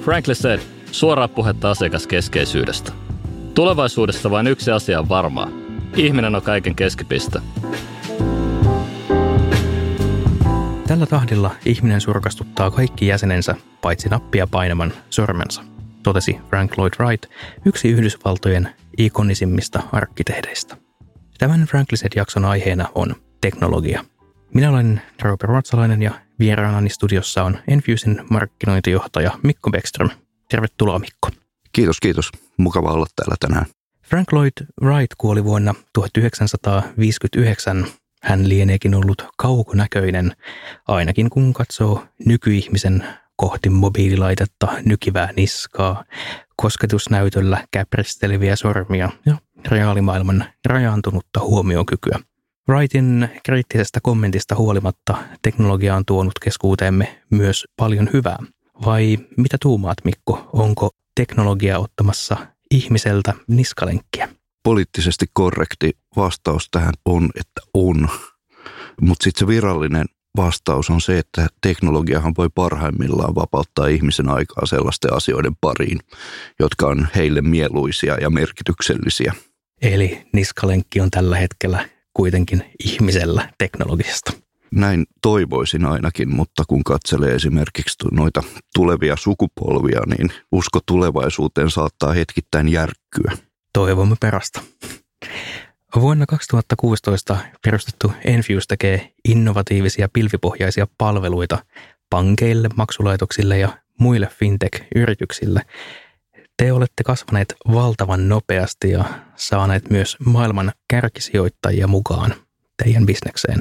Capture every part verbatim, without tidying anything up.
Frankly said, suoraa puhetta asiakaskeskeisyydestä. Tulevaisuudessa vain yksi asia on varmaa. Ihminen on kaiken keskipiste. Tällä tahdilla ihminen surkastuttaa kaikki jäsenensä, paitsi nappia painaman sormensa, totesi Frank Lloyd Wright, yksi Yhdysvaltojen ikonisimmista arkkitehdeistä. Tämän Frankliset-jakson aiheena on teknologia. Minä olen Roope Ruotsalainen ja vieraanani studiossa on Enfusen markkinointijohtaja Mikko Bäckström. Tervetuloa Mikko. Kiitos, kiitos. Mukava olla täällä tänään. Frank Lloyd Wright kuoli vuonna tuhatyhdeksänsataaviisikymmentäyhdeksän. Hän lieneekin ollut kaukonäköinen, ainakin kun katsoo nykyihmisen kohti mobiililaitetta nykivää niskaa, kosketusnäytöllä käpristeleviä sormia ja reaalimaailman rajaantunutta huomiokykyä. Wrightin kriittisestä kommentista huolimatta teknologia on tuonut keskuuteemme myös paljon hyvää. Vai mitä tuumaat, Mikko? Onko teknologia ottamassa ihmiseltä niskalenkkiä? Poliittisesti korrekti vastaus tähän on, että on. Mutta sitten se virallinen vastaus on se, että teknologiahan voi parhaimmillaan vapauttaa ihmisen aikaa sellaisten asioiden pariin, jotka on heille mieluisia ja merkityksellisiä. Eli niskalenkki on tällä hetkellä kuitenkin ihmisellä teknologisesta. Näin toivoisin ainakin, mutta kun katselee esimerkiksi noita tulevia sukupolvia, niin usko tulevaisuuteen saattaa hetkittäin järkkyä. Toivomme parasta. Vuonna kaksituhattakuusitoista perustettu Enfuse tekee innovatiivisia pilvipohjaisia palveluita pankeille, maksulaitoksille ja muille fintech-yrityksille. Te olette kasvaneet valtavan nopeasti ja saaneet myös maailman kärkisijoittajia mukaan teidän bisnekseen.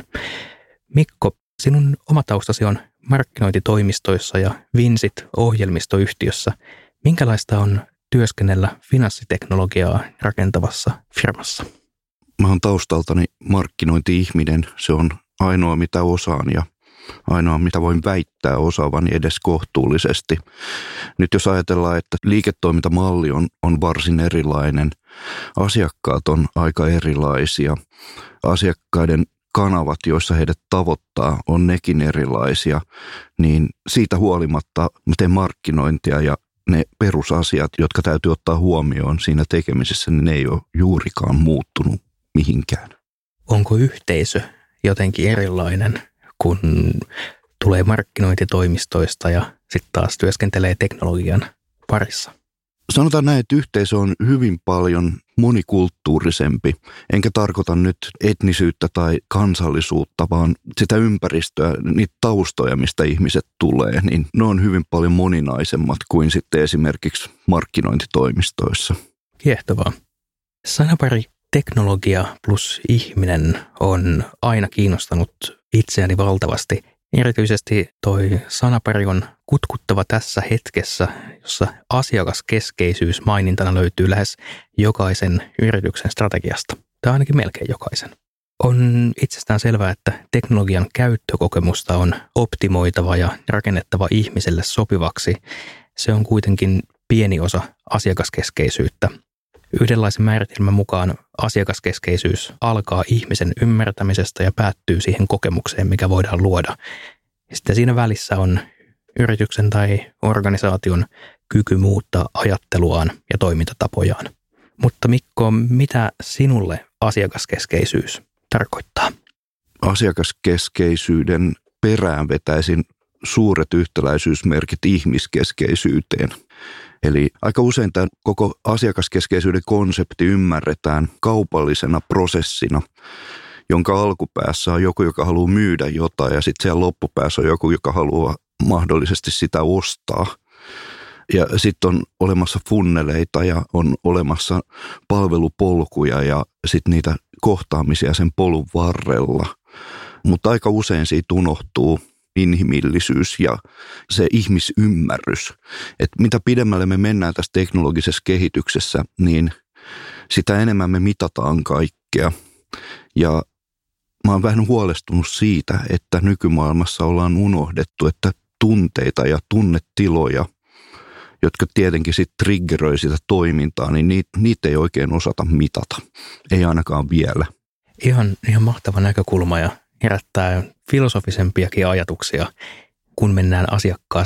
Mikko, sinun oma taustasi on markkinointitoimistoissa ja Vinsit-ohjelmistoyhtiössä. Minkälaista on työskennellä finanssiteknologiaa rakentavassa firmassa? Mä oon taustaltani markkinointi-ihminen. Se on ainoa mitä osaan ja ainoa mitä voin väittää osaavani edes kohtuullisesti. Nyt jos ajatellaan, että liiketoimintamalli on, on varsin erilainen, asiakkaat on aika erilaisia, asiakkaiden kanavat, joissa heidät tavoittaa, on nekin erilaisia, niin siitä huolimatta mä teen markkinointia ja ne perusasiat, jotka täytyy ottaa huomioon siinä tekemisessä, niin ne ei ole juurikaan muuttunut mihinkään. Onko yhteisö jotenkin erilainen, kun tulee markkinointitoimistoista ja sitten taas työskentelee teknologian parissa? Sanotaan näin, että yhteisö on hyvin paljon monikulttuurisempi. Enkä tarkoita nyt etnisyyttä tai kansallisuutta, vaan sitä ympäristöä, niitä taustoja, mistä ihmiset tulee, niin ne on hyvin paljon moninaisemmat kuin sitten esimerkiksi markkinointitoimistoissa. Kiehtovaa. Sanapari teknologia plus ihminen on aina kiinnostanut itseäni valtavasti. Erityisesti toi sanapari on kutkuttava tässä hetkessä, jossa asiakaskeskeisyys mainintana löytyy lähes jokaisen yrityksen strategiasta, tai ainakin melkein jokaisen. On itsestään selvää, että teknologian käyttökokemusta on optimoitava ja rakennettava ihmiselle sopivaksi. Se on kuitenkin pieni osa asiakaskeskeisyyttä. Yhdenlaisen määritelmän mukaan asiakaskeskeisyys alkaa ihmisen ymmärtämisestä ja päättyy siihen kokemukseen, mikä voidaan luoda. Ja sitten siinä välissä on yrityksen tai organisaation kyky muuttaa ajatteluaan ja toimintatapojaan. Mutta Mikko, mitä sinulle asiakaskeskeisyys tarkoittaa? Asiakaskeskeisyyden perään vetäisin suuret yhtäläisyysmerkit ihmiskeskeisyyteen. Eli aika usein tämä koko asiakaskeskeisyyden konsepti ymmärretään kaupallisena prosessina, jonka alkupäässä on joku, joka haluaa myydä jotain ja sitten siellä loppupäässä on joku, joka haluaa mahdollisesti sitä ostaa. Ja sitten on olemassa funneleita ja on olemassa palvelupolkuja ja sitten niitä kohtaamisia sen polun varrella. Mutta aika usein siitä unohtuu inhimillisyys ja se ihmisymmärrys. Että mitä pidemmälle me mennään tässä teknologisessa kehityksessä, niin sitä enemmän me mitataan kaikkea. Ja mä oon vähän huolestunut siitä, että nykymaailmassa ollaan unohdettu, että tunteita ja tunnetiloja, jotka tietenkin sitten triggeröi sitä toimintaa, niin niitä, niitä ei oikein osata mitata. Ei ainakaan vielä. Ihan, ihan mahtava näkökulma ja herättää filosofisempiakin ajatuksia, kun mennään asiakkaasta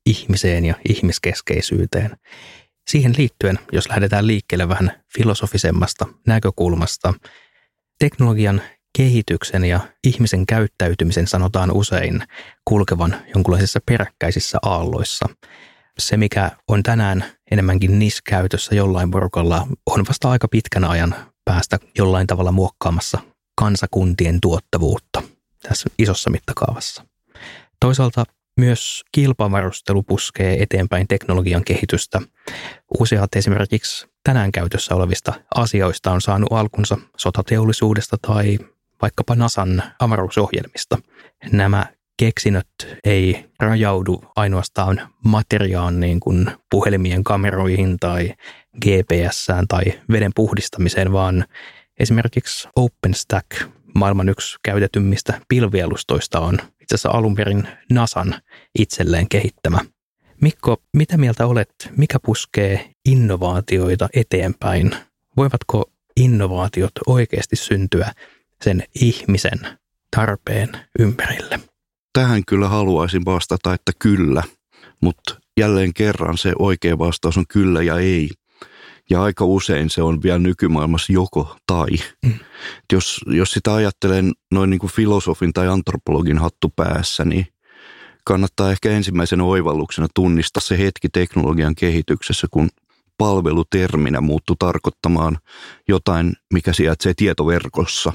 ihmiseen ja ihmiskeskeisyyteen. Siihen liittyen, jos lähdetään liikkeelle vähän filosofisemmasta näkökulmasta, teknologian kehityksen ja ihmisen käyttäytymisen sanotaan usein kulkevan jonkinlaisissa peräkkäisissä aalloissa. Se, mikä on tänään enemmänkin niskäytössä jollain porukalla, on vasta aika pitkän ajan päästä jollain tavalla muokkaamassa kansakuntien tuottavuutta tässä isossa mittakaavassa. Toisaalta myös kilpavarustelu puskee eteenpäin teknologian kehitystä. Useat esimerkiksi tänään käytössä olevista asioista on saanut alkunsa sotateollisuudesta tai vaikkapa NASAn avaruusohjelmista. Nämä keksinnöt ei rajaudu ainoastaan materiaan niin kuin puhelimien kameroihin tai G P S:ään tai veden puhdistamiseen, vaan esimerkiksi OpenStack, maailman yksi käytetymmistä pilvialustoista, on itse asiassa alun perin NASAn itselleen kehittämä. Mikko, mitä mieltä olet, mikä puskee innovaatioita eteenpäin? Voivatko innovaatiot oikeasti syntyä sen ihmisen tarpeen ympärille? Tähän kyllä haluaisin vastata, että kyllä, mutta jälleen kerran se oikea vastaus on kyllä ja ei. Ja aika usein se on vielä nykymaailmassa joko tai. Mm. Jos, jos sitä ajattelen noin niin kuin filosofin tai antropologin hattu päässä, niin kannattaa ehkä ensimmäisenä oivalluksena tunnistaa se hetki teknologian kehityksessä, kun palveluterminä muuttui tarkoittamaan jotain, mikä sijaitsee tietoverkossa.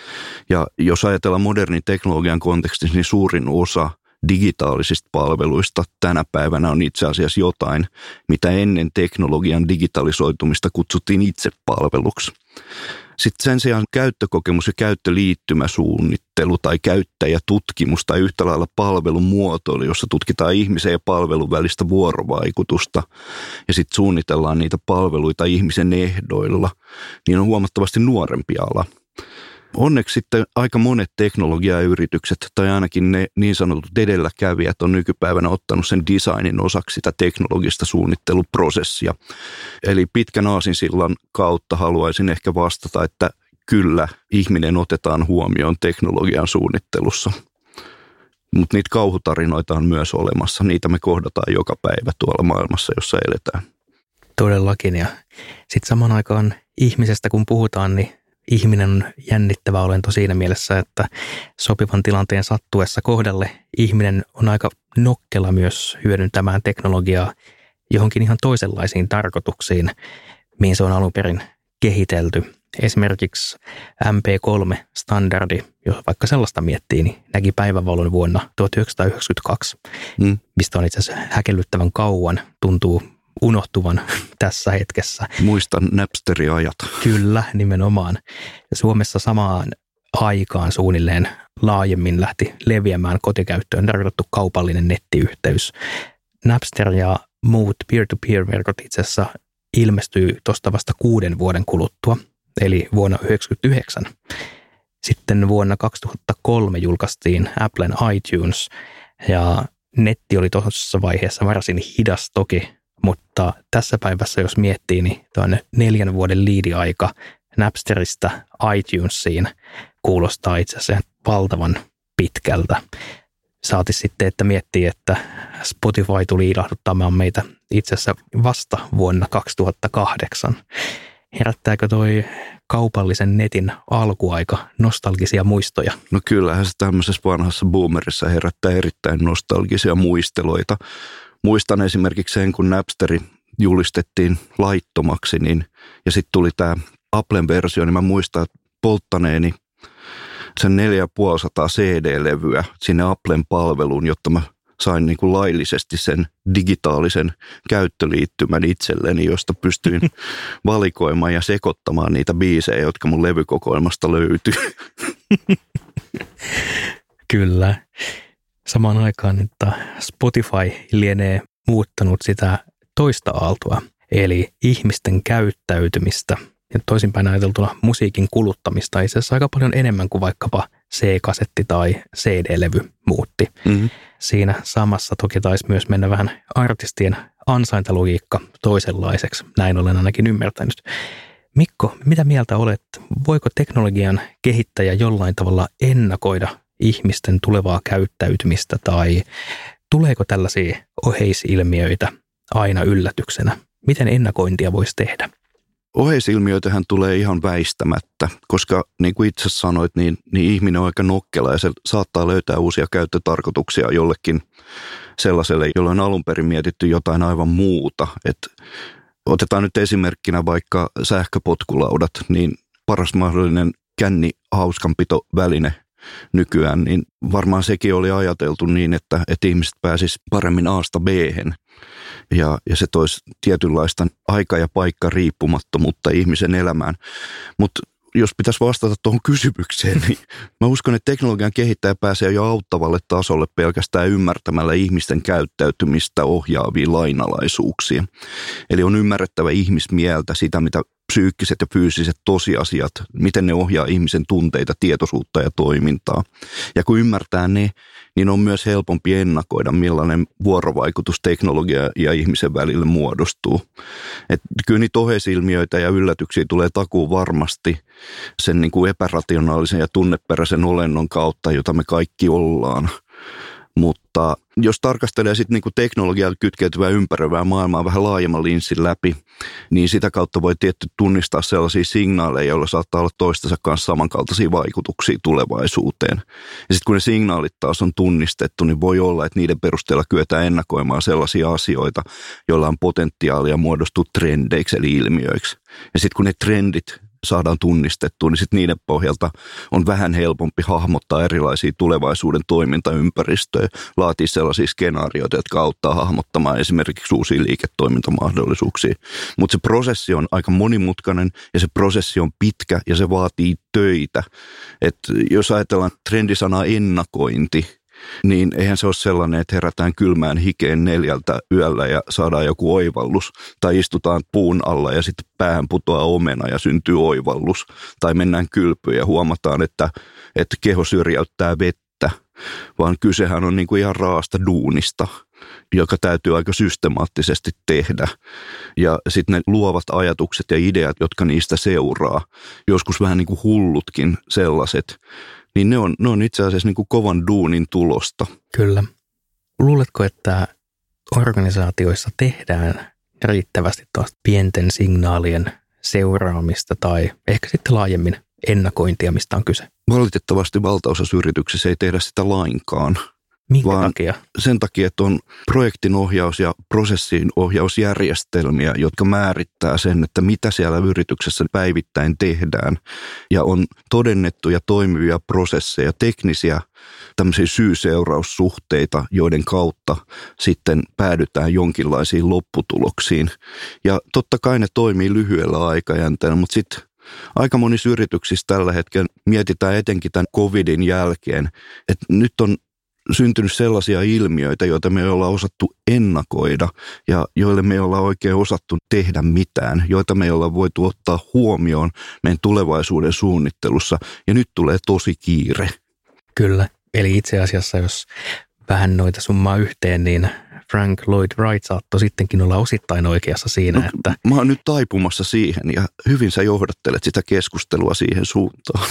Ja jos ajatellaan modernin teknologian kontekstissa, niin suurin osa digitaalisista palveluista tänä päivänä on itse asiassa jotain, mitä ennen teknologian digitalisoitumista kutsuttiin itsepalveluksi. Sitten sen sijaan käyttökokemus ja käyttöliittymäsuunnittelu tai käyttäjätutkimus tai yhtä lailla palvelun muotoilu, jossa tutkitaan ihmisen ja palvelun välistä vuorovaikutusta ja sitten suunnitellaan niitä palveluita ihmisen ehdoilla, niin on huomattavasti nuorempi ala. Onneksi sitten aika monet teknologiayritykset tai ainakin ne niin sanotut edelläkävijät on nykypäivänä ottanut sen designin osaksi sitä teknologista suunnitteluprosessia. Eli pitkän aasinsillan kautta haluaisin ehkä vastata, että kyllä ihminen otetaan huomioon teknologian suunnittelussa. Mutta niitä kauhutarinoita on myös olemassa. Niitä me kohdataan joka päivä tuolla maailmassa, jossa eletään. Todellakin. Ja sitten samaan aikaan ihmisestä kun puhutaan, niin ihminen on jännittävä olento siinä mielessä, että sopivan tilanteen sattuessa kohdalle ihminen on aika nokkela myös hyödyntämään teknologiaa johonkin ihan toisenlaisiin tarkoituksiin, mihin se on alun perin kehitelty. Esimerkiksi M P kolme -standardi, jos vaikka sellaista miettii, niin näki päivänvalon vuonna tuhatyhdeksänsataayhdeksänkymmentäkaksi, mm. mistä on itse asiassa häkellyttävän kauan, tuntuu unohtuvan tässä hetkessä. Muistan Napsterin-ajat. Kyllä, nimenomaan. Suomessa samaan aikaan suunnilleen laajemmin lähti leviämään kotikäyttöön tarkoitettu kaupallinen nettiyhteys. Napster ja muut peer-to-peer-verkot itse asiassa ilmestyy tuosta vasta kuuden vuoden kuluttua, eli vuonna yhdeksänkymmentäyhdeksän. Sitten vuonna kaksituhattakolme julkaistiin Applen iTunes, ja netti oli tuossa vaiheessa varsin hidas toki, mutta tässä päivässä, jos miettii, niin tuonne neljän vuoden liidiaika Napsterista iTunesiin kuulostaa itse asiassa valtavan pitkältä. Saati sitten, että miettii, että Spotify tuli ilahduttamaan meitä itse asiassa vasta vuonna kaksituhattakahdeksan. Herättääkö toi kaupallisen netin alkuaika nostalgisia muistoja? No kyllähän se tämmöisessä vanhassa boomerissa herättää erittäin nostalgisia muisteloita. Muistan esimerkiksi sen, kun Napsteri julistettiin laittomaksi, niin, ja sitten tuli tämä Applen versio, niin mä muistan polttaneeni sen neljätuhattaviisisataa C D-levyä sinne Applen palveluun, jotta mä sain niin kuin laillisesti sen digitaalisen käyttöliittymän itselleni, josta pystyin valikoimaan ja sekoittamaan niitä biisejä, jotka mun levykokoelmasta löytyy. Kyllä. Samaan aikaan, että Spotify lienee muuttanut sitä toista aaltoa, eli ihmisten käyttäytymistä ja toisinpäin ajateltuna musiikin kuluttamista itse asiassa aika paljon enemmän kuin vaikkapa C-kasetti tai C D-levy muutti. Mm-hmm. Siinä samassa toki taisi myös mennä vähän artistien ansaintalogiikka toisenlaiseksi, näin olen ainakin ymmärtänyt. Mikko, mitä mieltä olet, voiko teknologian kehittäjä jollain tavalla ennakoida ihmisten tulevaa käyttäytymistä tai tuleeko tällaisia oheisilmiöitä aina yllätyksenä? Miten ennakointia voisi tehdä? Oheisilmiöitähän tulee ihan väistämättä, koska niin kuin itse sanoit, niin, niin ihminen on aika nokkela ja se saattaa löytää uusia käyttötarkoituksia jollekin sellaiselle, jolla on alun perin mietitty jotain aivan muuta. Et otetaan nyt esimerkkinä vaikka sähköpotkulaudat, niin paras mahdollinen känni-hauskanpitoväline nykyään, niin varmaan sekin oli ajateltu niin, että, että ihmiset pääsisivät paremmin A:sta B:hen. Ja, ja se toisi tietynlaista aika- ja paikka riippumattomuutta ihmisen elämään. Mutta jos pitäisi vastata tuohon kysymykseen, niin mä uskon, että teknologian kehittäjä pääsee jo auttavalle tasolle pelkästään ymmärtämällä ihmisten käyttäytymistä ohjaavia lainalaisuuksia. Eli on ymmärrettävä ihmismieltä, sitä mitä psyykkiset ja fyysiset tosiasiat, miten ne ohjaa ihmisen tunteita, tietoisuutta ja toimintaa. Ja kun ymmärtää ne, niin on myös helpompi ennakoida, millainen vuorovaikutus teknologia ja ihmisen välille muodostuu. Et kyllä niitä oheisilmiöitä ja yllätyksiä tulee takuun varmasti sen niin kuin epärationaalisen ja tunneperäisen olennon kautta, jota me kaikki ollaan. Mutta jos tarkastelee sitten niinku teknologialla kytkeytyvää ympäröivää maailmaa vähän laajemman linssin läpi, niin sitä kautta voi tietty tunnistaa sellaisia signaaleja, joilla saattaa olla toistensa kanssa samankaltaisia vaikutuksia tulevaisuuteen. Ja sitten kun ne signaalit taas on tunnistettu, niin voi olla, että niiden perusteella kyetään ennakoimaan sellaisia asioita, joilla on potentiaalia muodostua trendeiksi eli ilmiöiksi. Ja sitten kun ne trendit saadaan tunnistettua, niin sitten niiden pohjalta on vähän helpompi hahmottaa erilaisia tulevaisuuden toimintaympäristöjä, laatii sellaisia skenaarioita, jotka auttaa hahmottamaan esimerkiksi uusia liiketoimintamahdollisuuksia. Mutta se prosessi on aika monimutkainen ja se prosessi on pitkä ja se vaatii töitä. Et jos ajatellaan trendisanaa ennakointi, niin eihän se ole sellainen, että herätään kylmään hikeen neljältä yöllä ja saadaan joku oivallus. Tai istutaan puun alla ja sitten päähän putoaa omena ja syntyy oivallus. Tai mennään kylpyyn ja huomataan, että, että keho syrjäyttää vettä. Vaan kysehän on niin kuin ihan raasta duunista, joka täytyy aika systemaattisesti tehdä. Ja sitten ne luovat ajatukset ja ideat, jotka niistä seuraa, joskus vähän niin kuin hullutkin sellaiset, niin ne on, ne on itse asiassa niin kuin kovan duunin tulosta. Kyllä. Luuletko, että organisaatioissa tehdään riittävästi tuosta pienten signaalien seuraamista tai ehkä sitten laajemmin ennakointia, mistä on kyse? Valitettavasti valtaosassa yrityksissä ei tehdä sitä lainkaan. Minkä takia? Sen takia, että on projektin ohjaus- ja prosessin ohjausjärjestelmiä, jotka määrittää sen, että mitä siellä yrityksessä päivittäin tehdään. Ja on todennettuja toimivia prosesseja, teknisiä tämmöisiä syy-seuraussuhteita, joiden kautta sitten päädytään jonkinlaisiin lopputuloksiin. Ja totta kai ne toimii lyhyellä aikajänteellä, mutta sitten aika monissa yrityksissä tällä hetkellä mietitään etenkin tämän covidin jälkeen, että nyt on syntynyt sellaisia ilmiöitä, joita me ei olla osattu ennakoida ja joille me ei olla oikein osattu tehdä mitään, joita me ei olla voitu ottaa huomioon meidän tulevaisuuden suunnittelussa ja nyt tulee tosi kiire. Kyllä, eli itse asiassa jos vähän noita summaa yhteen, niin Frank Lloyd Wright saattoi sittenkin olla osittain oikeassa siinä, no, että mä oon nyt taipumassa siihen ja hyvin sä johdattelet sitä keskustelua siihen suuntaan.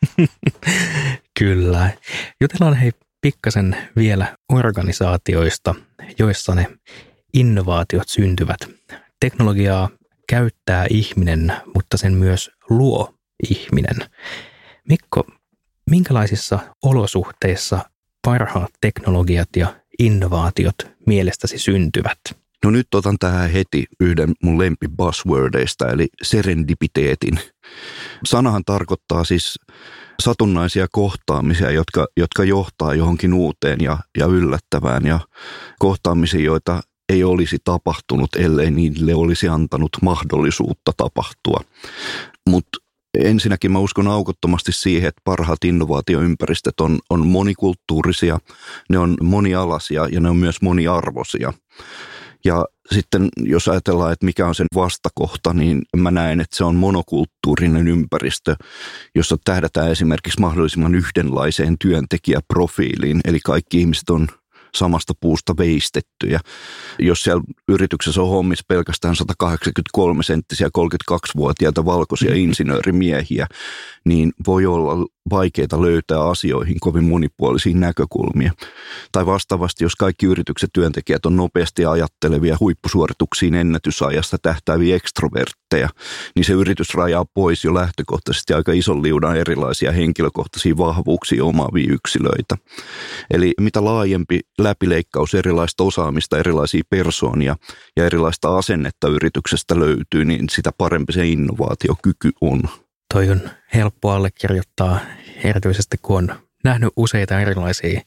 Kyllä. Jutellaan hei pikkasen vielä organisaatioista, joissa ne innovaatiot syntyvät. Teknologiaa käyttää ihminen, mutta sen myös luo ihminen. Mikko, minkälaisissa olosuhteissa parhaat teknologiat ja innovaatiot mielestäsi syntyvät? No nyt otan tähän heti yhden mun lempi buzzwordeista, eli serendipiteetin. Sanahan tarkoittaa siis satunnaisia kohtaamisia, jotka, jotka johtaa johonkin uuteen ja, ja yllättävään ja kohtaamisia, joita ei olisi tapahtunut, ellei niille olisi antanut mahdollisuutta tapahtua. Mutta ensinnäkin mä uskon aukottomasti siihen, että parhaat innovaatioympäristöt on, on monikulttuurisia, ne on monialaisia ja ne on myös moniarvoisia. Ja sitten jos ajatellaan, että mikä on sen vastakohta, niin mä näen, että se on monokulttuurinen ympäristö, jossa tähdätään esimerkiksi mahdollisimman yhdenlaiseen työntekijäprofiiliin, eli kaikki ihmiset on samasta puusta veistettyjä. Jos siellä yrityksessä on hommissa pelkästään sata kahdeksankymmentäkolme senttisiä kolmekymmentäkaksivuotiaita valkoisia insinöörimiehiä, niin voi olla vaikeita löytää asioihin kovin monipuolisia näkökulmia. Tai vastaavasti, jos kaikki yritykset työntekijät on nopeasti ajattelevia huippusuorituksiin ennätysajasta tähtääviä ekstrovertteja, niin se yritys rajaa pois jo lähtökohtaisesti aika ison liudan erilaisia henkilökohtaisia vahvuuksia omaavia yksilöitä. Eli mitä laajempi läpileikkaus erilaista osaamista, erilaisia persoonia ja erilaista asennetta yrityksestä löytyy, niin sitä parempi se innovaatiokyky on. Toi on helppo allekirjoittaa, erityisesti kun on nähnyt useita erilaisia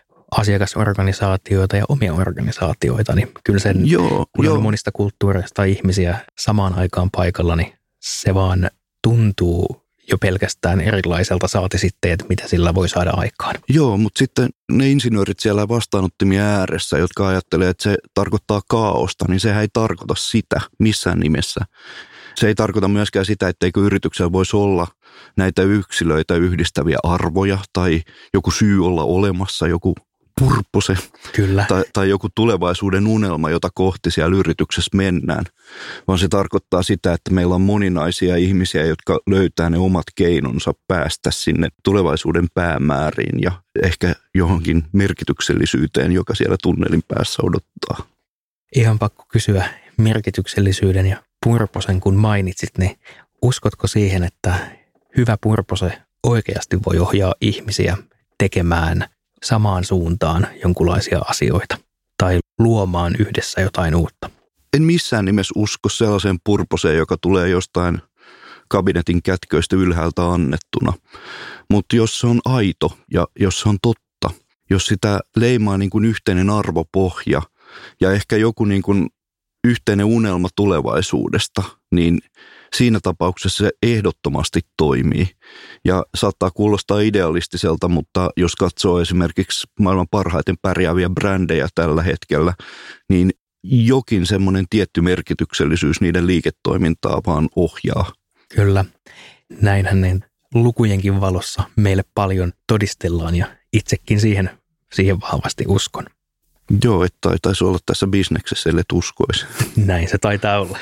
asiakasorganisaatioita ja omia organisaatioita, niin kyllä sen, joo, kun joo. on monista kulttuureista ihmisiä samaan aikaan paikalla, niin se vaan tuntuu jo pelkästään erilaiselta, saati sitten, että mitä sillä voi saada aikaan. Joo, mutta sitten ne insinöörit siellä vastaanottimien ääressä, jotka ajattelee, että se tarkoittaa kaaosta, niin sehän ei tarkoita sitä missään nimessä. Se ei tarkoita myöskään sitä, etteikö yrityksellä voisi olla näitä yksilöitä yhdistäviä arvoja tai joku syy olla olemassa, joku purpose Kyllä. Tai, tai joku tulevaisuuden unelma, jota kohti siellä yrityksessä mennään. Vaan se tarkoittaa sitä, että meillä on moninaisia ihmisiä, jotka löytää ne omat keinonsa päästä sinne tulevaisuuden päämääriin ja ehkä johonkin merkityksellisyyteen, joka siellä tunnelin päässä odottaa. Ihan pakko kysyä merkityksellisyyden ja purposen, kun mainitsit, niin uskotko siihen, että hyvä purpose oikeasti voi ohjaa ihmisiä tekemään samaan suuntaan jonkunlaisia asioita tai luomaan yhdessä jotain uutta? En missään nimessä usko sellaiseen purposeen, joka tulee jostain kabinetin kätköistä ylhäältä annettuna. Mutta jos se on aito ja jos se on totta, jos sitä leimaa niin kuin yhteinen arvopohja ja ehkä joku niin kuin yhteinen unelma tulevaisuudesta, niin siinä tapauksessa se ehdottomasti toimii. Ja saattaa kuulostaa idealistiselta, mutta jos katsoo esimerkiksi maailman parhaiten pärjääviä brändejä tällä hetkellä, niin jokin semmoinen tietty merkityksellisyys niiden liiketoimintaa vaan ohjaa. Kyllä. Näinhän ne lukujenkin valossa meille paljon todistellaan ja itsekin siihen, siihen vahvasti uskon. Joo, että taisi olla tässä bisneksessä, ellei uskoisi. Näin se taitaa olla.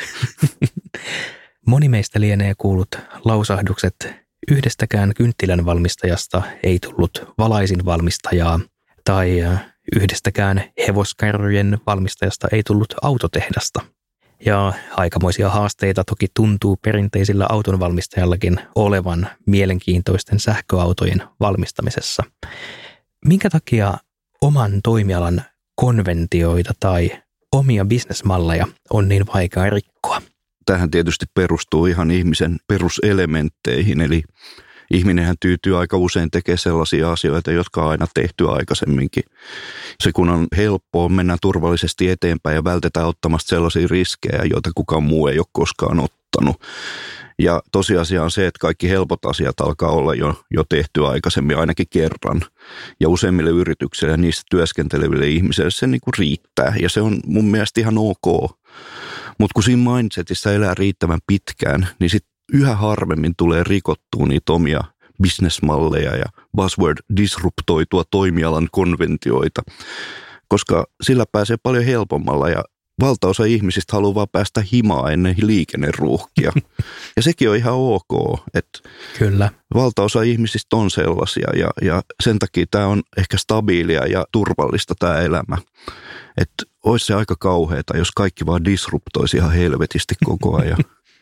Moni meistä lienee kuullut lausahdukset, yhdestäkään kynttilän valmistajasta ei tullut valaisin valmistajaa, tai yhdestäkään hevoskärryjen valmistajasta ei tullut autotehdasta. Ja aikamoisia haasteita toki tuntuu perinteisillä autonvalmistajallakin olevan mielenkiintoisten sähköautojen valmistamisessa. Minkä takia oman toimialan konventioita tai omia bisnesmalleja on niin vaikea rikkoa? Tähän tietysti perustuu ihan ihmisen peruselementteihin, eli ihminenhän tyytyy aika usein tekemään sellaisia asioita, jotka on aina tehty aikaisemminkin. Se kun on helppoa, mennään turvallisesti eteenpäin ja vältetään ottamasta sellaisia riskejä, joita kukaan muu ei ole koskaan ottanut. Ja tosiasia on se, että kaikki helpot asiat alkaa olla jo, jo tehty aikaisemmin ainakin kerran. Ja useimmille yrityksille ja niistä työskenteleville ihmisille se niin kuin riittää ja se on mun mielestä ihan ok. Mutta kun siinä mindsetissä elää riittävän pitkään, niin sitten yhä harvemmin tulee rikottua niitä omia bisnesmalleja ja buzzword disruptoitua toimialan konventioita, koska sillä pääsee paljon helpommalla ja valtaosa ihmisistä haluaa vaan päästä himaa ennen liikenneruuhkia. Ja sekin on ihan ok, että Kyllä. valtaosa ihmisistä on sellaisia ja, ja sen takia tämä on ehkä stabiilia ja turvallista tämä elämä. Että olisi se aika kauheata, jos kaikki vaan disruptoisi ihan helvetisti koko ajan.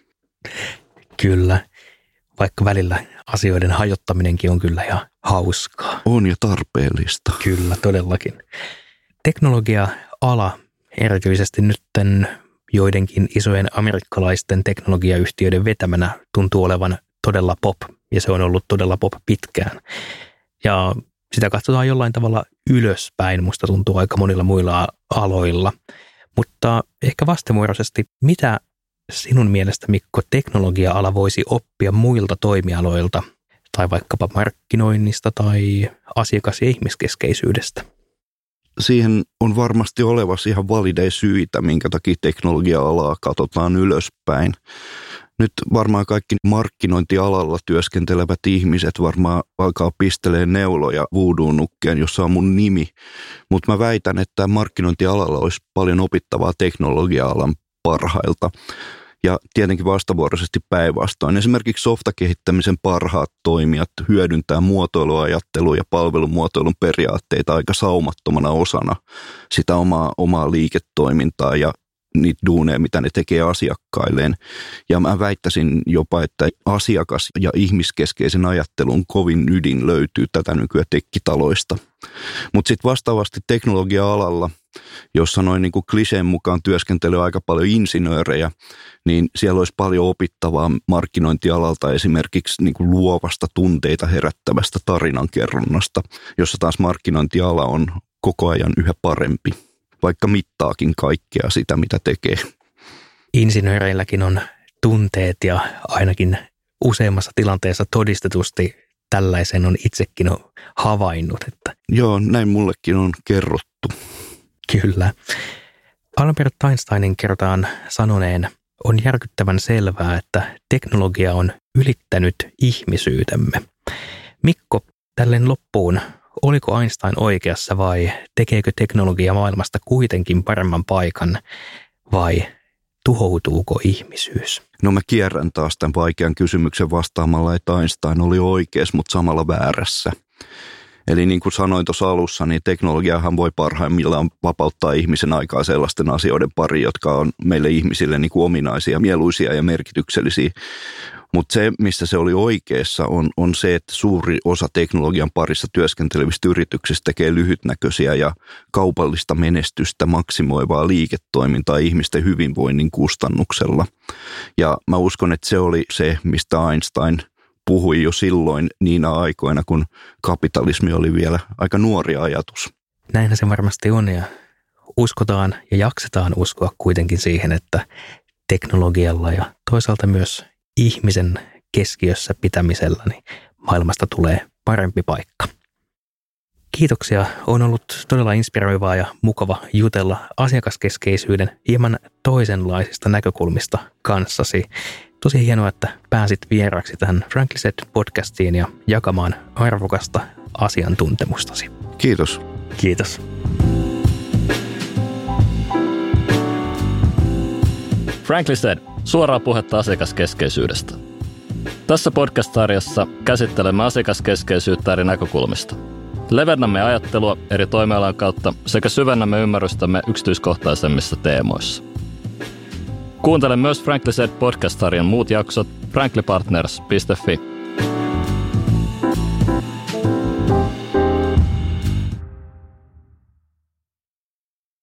Kyllä, vaikka välillä asioiden hajottaminenkin on kyllä ihan hauskaa. On ja tarpeellista. Kyllä, todellakin. Teknologia-ala, erityisesti nytten joidenkin isojen amerikkalaisten teknologiayhtiöiden vetämänä, tuntuu olevan todella pop, ja se on ollut todella pop pitkään. Ja sitä katsotaan jollain tavalla ylöspäin, musta tuntuu aika monilla muilla aloilla. Mutta ehkä vastavuoroisesti, mitä sinun mielestä, Mikko, teknologia-ala voisi oppia muilta toimialoilta, tai vaikkapa markkinoinnista tai asiakas- ja ihmiskeskeisyydestä? Siihen on varmasti olevassa ihan valideja syitä, minkä takia teknologia-alaa katsotaan ylöspäin. Nyt varmaan kaikki markkinointialalla työskentelevät ihmiset varmaan alkaa pistelee neuloja voodoo-nukkeen, jossa on mun nimi. Mutta mä väitän, että markkinointialalla olisi paljon opittavaa teknologia-alan parhailta. ja tietenkin vastavuoroisesti päinvastoin. Esimerkiksi softakehittämisen parhaat toimijat hyödyntää muotoiluajattelua ja palvelumuotoilun periaatteita aika saumattomana osana sitä omaa, omaa liiketoimintaa ja niitä duuneja, mitä ne tekee asiakkailleen. Ja mä väittäisin jopa, että asiakas- ja ihmiskeskeisen ajattelun kovin ydin löytyy tätä nykyään tekkitaloista. Mutta sitten vastaavasti teknologia-alalla, jossa noin niin kuin kliseen mukaan työskentelee aika paljon insinöörejä, niin siellä olisi paljon opittavaa markkinointialalta esimerkiksi niin kuin luovasta tunteita herättävästä tarinankerronnasta, jossa taas markkinointiala on koko ajan yhä parempi, vaikka mittaakin kaikkea sitä, mitä tekee. Insinööreilläkin on tunteet ja ainakin useammassa tilanteessa todistetusti tällaisen on itsekin havainnut. Että Joo, näin mullekin on kerrottu. Kyllä. Albert Einsteinin kertaan sanoneen, on järkyttävän selvää, että teknologia on ylittänyt ihmisyytemme. Mikko, tälleen loppuun, oliko Einstein oikeassa vai tekeekö teknologia maailmasta kuitenkin paremman paikan vai tuhoutuuko ihmisyys? No mä kierrän taas tämän vaikean kysymyksen vastaamalla, että Einstein oli oikeassa, mutta samalla väärässä. Eli niin kuin sanoin tuossa alussa, niin teknologiahan voi parhaimmillaan vapauttaa ihmisen aikaa sellaisten asioiden pari, jotka on meille ihmisille niin kuin ominaisia, mieluisia ja merkityksellisiä. Mutta se, missä se oli oikeassa, on, on se, että suuri osa teknologian parissa työskentelevistä yrityksistä tekee lyhytnäköisiä ja kaupallista menestystä maksimoivaa liiketoimintaa ihmisten hyvinvoinnin kustannuksella. Ja mä uskon, että se oli se, mistä Einstein puhui jo silloin niinä aikoina, kun kapitalismi oli vielä aika nuori ajatus. Näinhän se varmasti on ja uskotaan ja jaksetaan uskoa kuitenkin siihen, että teknologialla ja toisaalta myös ihmisen keskiössä pitämisellä niin maailmasta tulee parempi paikka. Kiitoksia. On ollut todella inspiroivaa ja mukava jutella asiakaskeskeisyyden hieman toisenlaisista näkökulmista kanssasi. Tosi hienoa, että pääsit vieraaksi tähän Frankly Said-podcastiin ja jakamaan arvokasta asiantuntemustasi. Kiitos. Kiitos. Frankly Said, suoraa puhetta asiakaskeskeisyydestä. Tässä podcast-sarjassa käsittelemme asiakaskeskeisyyttä eri näkökulmista. Levennämme ajattelua eri toimialan kautta sekä syvennämme ymmärrystämme yksityiskohtaisemmissa teemoissa. Kuuntele myös Frankly Said podcast-sarjan muut jaksot frankly partners piste fi